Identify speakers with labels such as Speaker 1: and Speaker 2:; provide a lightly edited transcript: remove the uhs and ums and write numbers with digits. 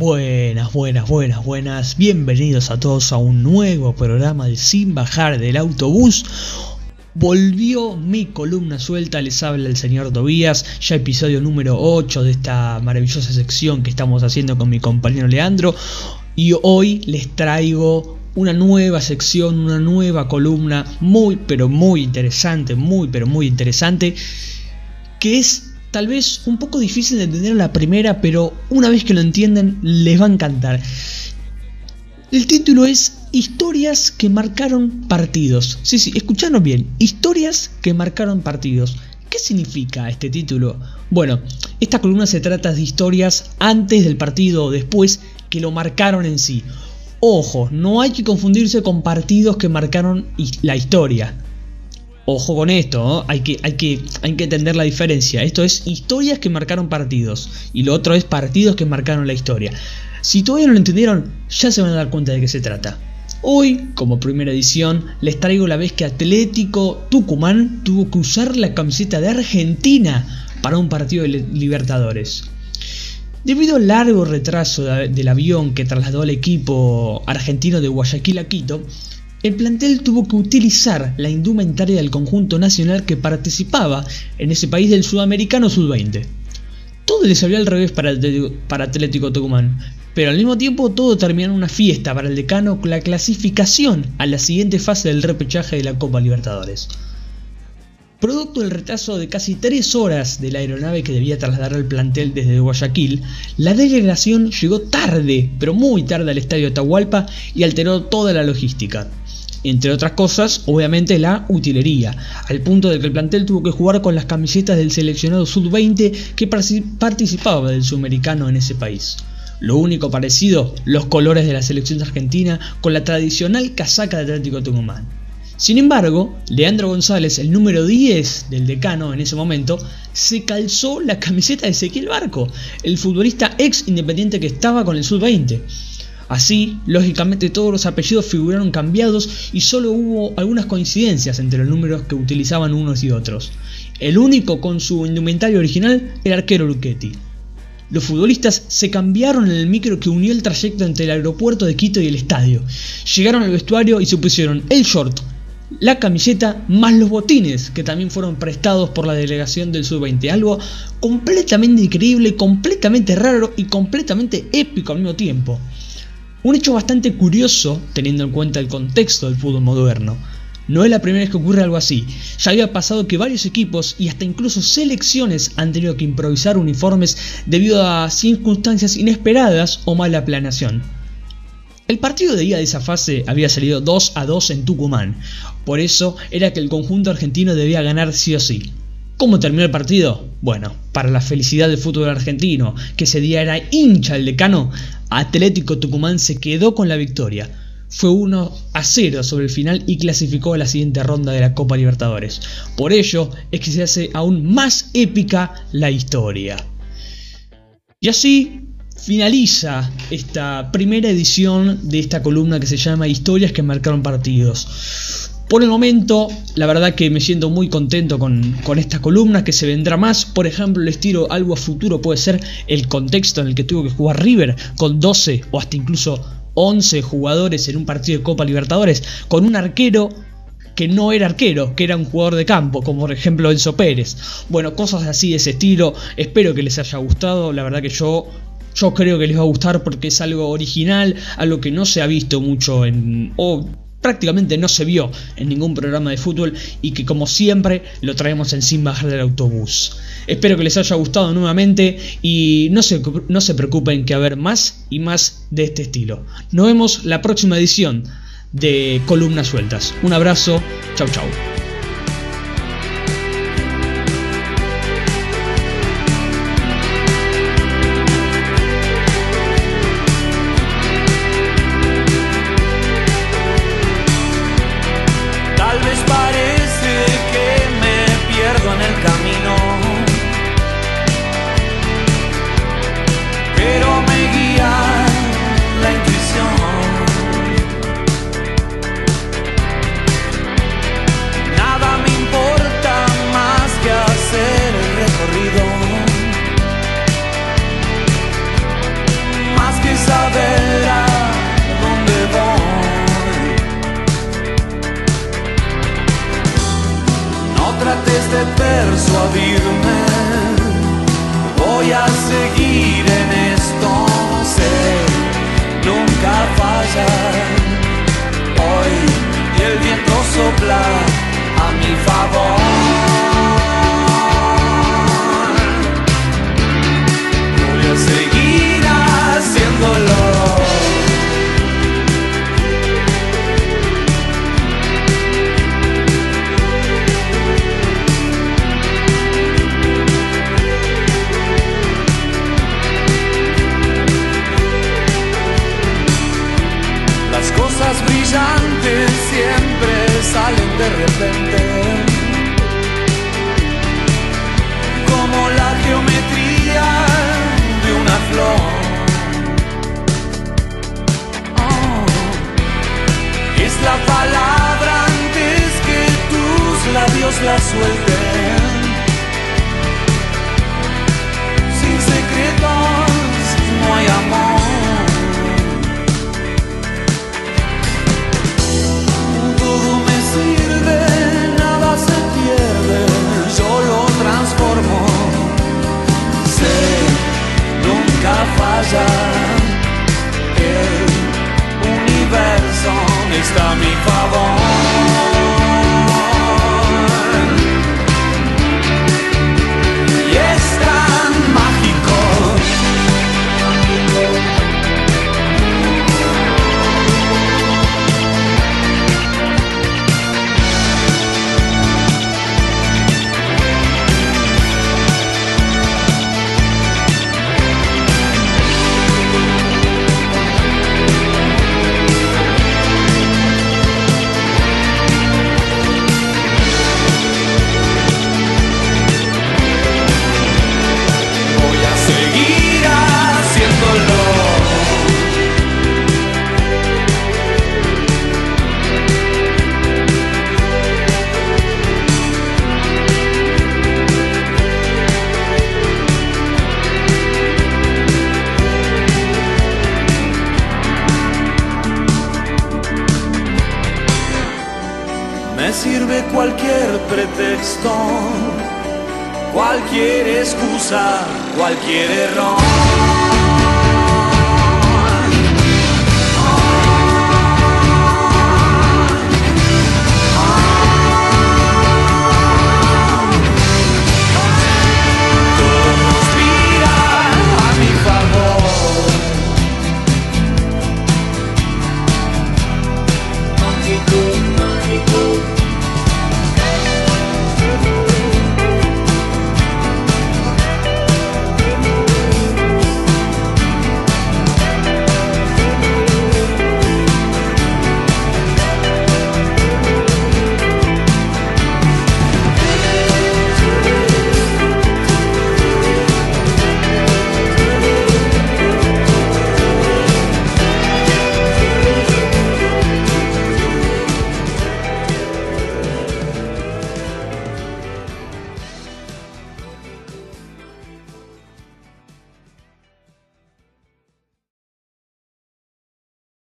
Speaker 1: Buenas, buenas, buenas, buenas. Bienvenidos a todos a un nuevo programa de Sin Bajar del Autobús. Volvió mi columna suelta, les habla el señor Tobías, ya episodio número 8 de esta maravillosa sección que estamos haciendo con mi compañero Leandro. Y hoy les traigo una nueva sección, una nueva columna muy pero muy interesante, que es tal vez un poco difícil de entender a la primera, pero una vez que lo entienden les va a encantar. El título es Historias que marcaron partidos. Sí, escucharon bien, Historias que marcaron partidos. ¿Qué significa este título? Bueno, esta columna se trata de historias antes del partido o después que lo marcaron en sí. Ojo, no hay que confundirse con partidos que marcaron la historia. Ojo con esto, ¿no? Hay que entender la diferencia. Esto es historias que marcaron partidos y lo otro es partidos que marcaron la historia. Si todavía no lo entendieron, ya se van a dar cuenta de qué se trata. Hoy, como primera edición, les traigo la vez que Atlético Tucumán tuvo que usar la camiseta de Argentina para un partido de Libertadores. Debido al largo retraso del avión que trasladó al equipo argentino de Guayaquil a Quito, el plantel tuvo que utilizar la indumentaria del conjunto nacional que participaba en ese país del Sudamericano Sub-20. Todo le salió al revés para Atlético Tucumán, pero al mismo tiempo todo terminó en una fiesta para el decano con la clasificación a la siguiente fase del repechaje de la Copa Libertadores. Producto del retraso de casi 3 horas de la aeronave que debía trasladar al plantel desde Guayaquil, la delegación llegó tarde, pero muy tarde al estadio Atahualpa y alteró toda la logística. Entre otras cosas, obviamente la utilería, al punto de que el plantel tuvo que jugar con las camisetas del seleccionado Sub-20 que participaba del Sudamericano en ese país. Lo único parecido, los colores de la selección argentina con la tradicional casaca de Atlético Tucumán. Sin embargo, Leandro González, el número 10 del decano en ese momento, se calzó la camiseta de Ezequiel Barco, el futbolista ex Independiente que estaba con el Sub-20. Así, lógicamente todos los apellidos figuraron cambiados y solo hubo algunas coincidencias entre los números que utilizaban unos y otros. El único con su indumentario original era el arquero Luchetti. Los futbolistas se cambiaron en el micro que unió el trayecto entre el aeropuerto de Quito y el estadio. Llegaron al vestuario y se pusieron el short, la camiseta más los botines que también fueron prestados por la delegación del Sub-20. Algo completamente increíble, completamente raro y completamente épico al mismo tiempo. Un hecho bastante curioso teniendo en cuenta el contexto del fútbol moderno. No es la primera vez que ocurre algo así. Ya había pasado que varios equipos y hasta incluso selecciones han tenido que improvisar uniformes debido a circunstancias inesperadas o mala planeación. El partido de ida de esa fase había salido 2-2 en Tucumán. Por eso era que el conjunto argentino debía ganar sí o sí. ¿Cómo terminó el partido? Bueno, para la felicidad del fútbol argentino, que ese día era hincha del decano, Atlético Tucumán se quedó con la victoria. Fue 1-0 sobre el final y clasificó a la siguiente ronda de la Copa Libertadores. Por ello es que se hace aún más épica la historia. Y así finaliza esta primera edición de esta columna que se llama Historias que marcaron partidos. Por el momento, la verdad que me siento muy contento con esta columna, que se vendrá más. Por ejemplo, les tiro algo a futuro, puede ser el contexto en el que tuvo que jugar River con 12 o hasta incluso 11 jugadores en un partido de Copa Libertadores, con un arquero que no era arquero, que era un jugador de campo, como por ejemplo Enzo Pérez. Bueno, cosas así de ese estilo. Espero que les haya gustado, la verdad que yo creo que les va a gustar porque es algo original, algo que no se ha visto mucho prácticamente no se vio en ningún programa de fútbol y que como siempre lo traemos en Sin Bajar del Autobús. Espero que les haya gustado nuevamente y no se preocupen que va a haber más y más de este estilo. Nos vemos la próxima edición de Columnas Sueltas. Un abrazo, chau chau.
Speaker 2: aplaudirme. Voy a seguir en esto, sé, nunca fallar. Hoy y el viento sopla a mi favor. Voy a seguir haciéndolo. Brillantes siempre salen de repente, como la geometría de una flor. Oh, es la palabra antes que tus labios la suelten. Sin secretos no hay amor. Falla, el universo está a mi favor. Y es tan mágico. Me sirve cualquier pretexto, cualquier excusa, cualquier error.